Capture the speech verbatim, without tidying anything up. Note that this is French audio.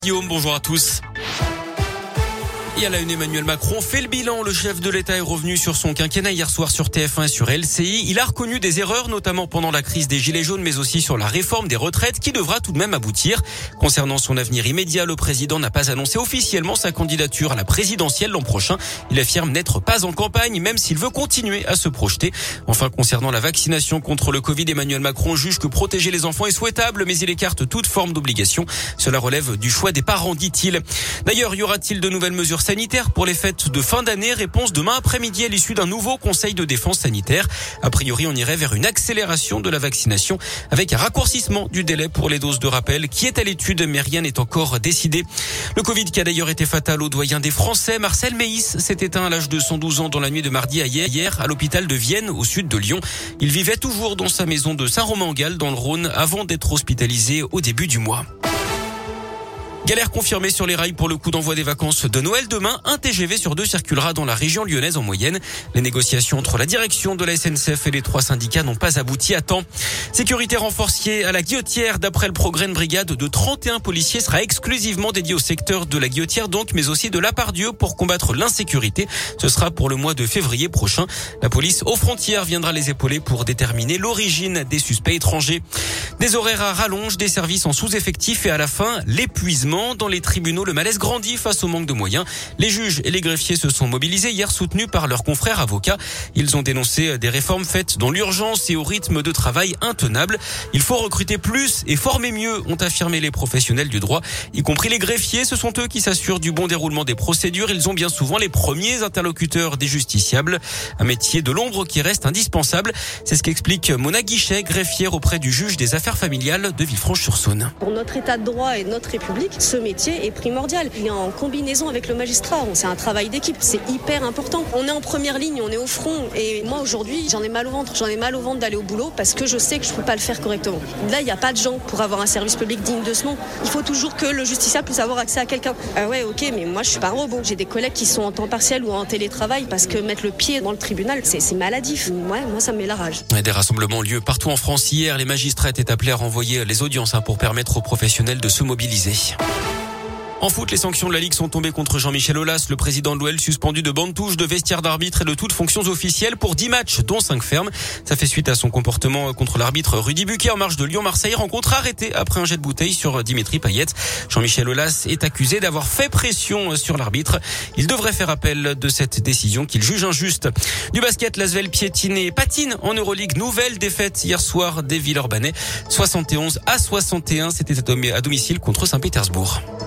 Guillaume, bonjour à tous. Et à la une, Emmanuel Macron fait le bilan. Le chef de l'État est revenu sur son quinquennat hier soir sur T F un et sur L C I. Il a reconnu des erreurs, notamment pendant la crise des Gilets jaunes, mais aussi sur la réforme des retraites qui devra tout de même aboutir. Concernant son avenir immédiat, le président n'a pas annoncé officiellement sa candidature à la présidentielle l'an prochain. Il affirme n'être pas en campagne, même s'il veut continuer à se projeter. Enfin, concernant la vaccination contre le Covid, Emmanuel Macron juge que protéger les enfants est souhaitable, mais il écarte toute forme d'obligation. Cela relève du choix des parents, dit-il. D'ailleurs, y aura-t-il de nouvelles mesures sanitaires pour les fêtes de fin d'année? Réponse demain après-midi à l'issue d'un nouveau conseil de défense sanitaire. A priori, on irait vers une accélération de la vaccination avec un raccourcissement du délai pour les doses de rappel qui est à l'étude, mais rien n'est encore décidé. Le Covid qui a d'ailleurs été fatal au doyen des Français, Marcel Meis, s'est éteint à l'âge de cent douze ans dans la nuit de mardi à hier à l'hôpital de Vienne au sud de Lyon. Il vivait toujours dans sa maison de Saint-Romain-en-Galles dans le Rhône avant d'être hospitalisé au début du mois. Galère confirmée sur les rails pour le coup d'envoi des vacances de Noël. Demain, un T G V sur deux circulera dans la région lyonnaise en moyenne. Les négociations entre la direction de la S N C F et les trois syndicats n'ont pas abouti à temps. Sécurité renforcée à la Guillotière. D'après le progrès, une brigade de trente et un policiers sera exclusivement dédiée au secteur de la Guillotière donc, mais aussi de la Pardieu pour combattre l'insécurité. Ce sera pour le mois de février prochain. La police aux frontières viendra les épauler pour déterminer l'origine des suspects étrangers. Des horaires à rallonge, des services en sous-effectif et à la fin, l'épuisement. Dans les tribunaux, le malaise grandit face au manque de moyens. Les juges et les greffiers se sont mobilisés hier, soutenus par leurs confrères avocats. Ils ont dénoncé des réformes faites dans l'urgence et au rythme de travail intenable. Il faut recruter plus et former mieux, ont affirmé les professionnels du droit, y compris les greffiers. Ce sont eux qui s'assurent du bon déroulement des procédures. Ils ont bien souvent les premiers interlocuteurs des justiciables. Un métier de l'ombre qui reste indispensable. C'est ce qu'explique Mona Guichet, greffière auprès du juge des affaires familiales de Villefranche-sur-Saône. Pour notre état de droit et notre République, ce métier est primordial. Il est en combinaison avec le magistrat. C'est un travail d'équipe. C'est hyper important. On est en première ligne, on est au front. Et moi, aujourd'hui, j'en ai mal au ventre. J'en ai mal au ventre d'aller au boulot parce que je sais que je ne peux pas le faire correctement. Là, il n'y a pas de gens pour avoir un service public digne de ce nom. Il faut toujours que le justiciable puisse avoir accès à quelqu'un. Ah ouais, ok, mais moi, je suis pas un robot. J'ai des collègues qui sont en temps partiel ou en télétravail parce que mettre le pied dans le tribunal, c'est, c'est maladif. Ouais, moi, ça me met la rage. Des rassemblements ont lieu partout en France. Hier, les magistrats étaient appelés à renvoyer les audiences hein, pour permettre aux professionnels de se mobiliser. En foot, les sanctions de la Ligue sont tombées contre Jean-Michel Aulas, le président de l'O L, suspendu de bandes touches, de vestiaire d'arbitre et de toutes fonctions officielles pour dix matchs, dont cinq fermes. Ça fait suite à son comportement contre l'arbitre Rudy Buquet en marge de Lyon-Marseille, rencontre arrêtée après un jet de bouteille sur Dimitri Payet. Jean-Michel Aulas est accusé d'avoir fait pression sur l'arbitre. Il devrait faire appel de cette décision qu'il juge injuste. Du basket, l'Asvel piétine et patine en Euroligue. Nouvelle défaite hier soir des Villeurbanais. soixante et onze à soixante et un, c'était à domicile contre Saint-Pétersbourg.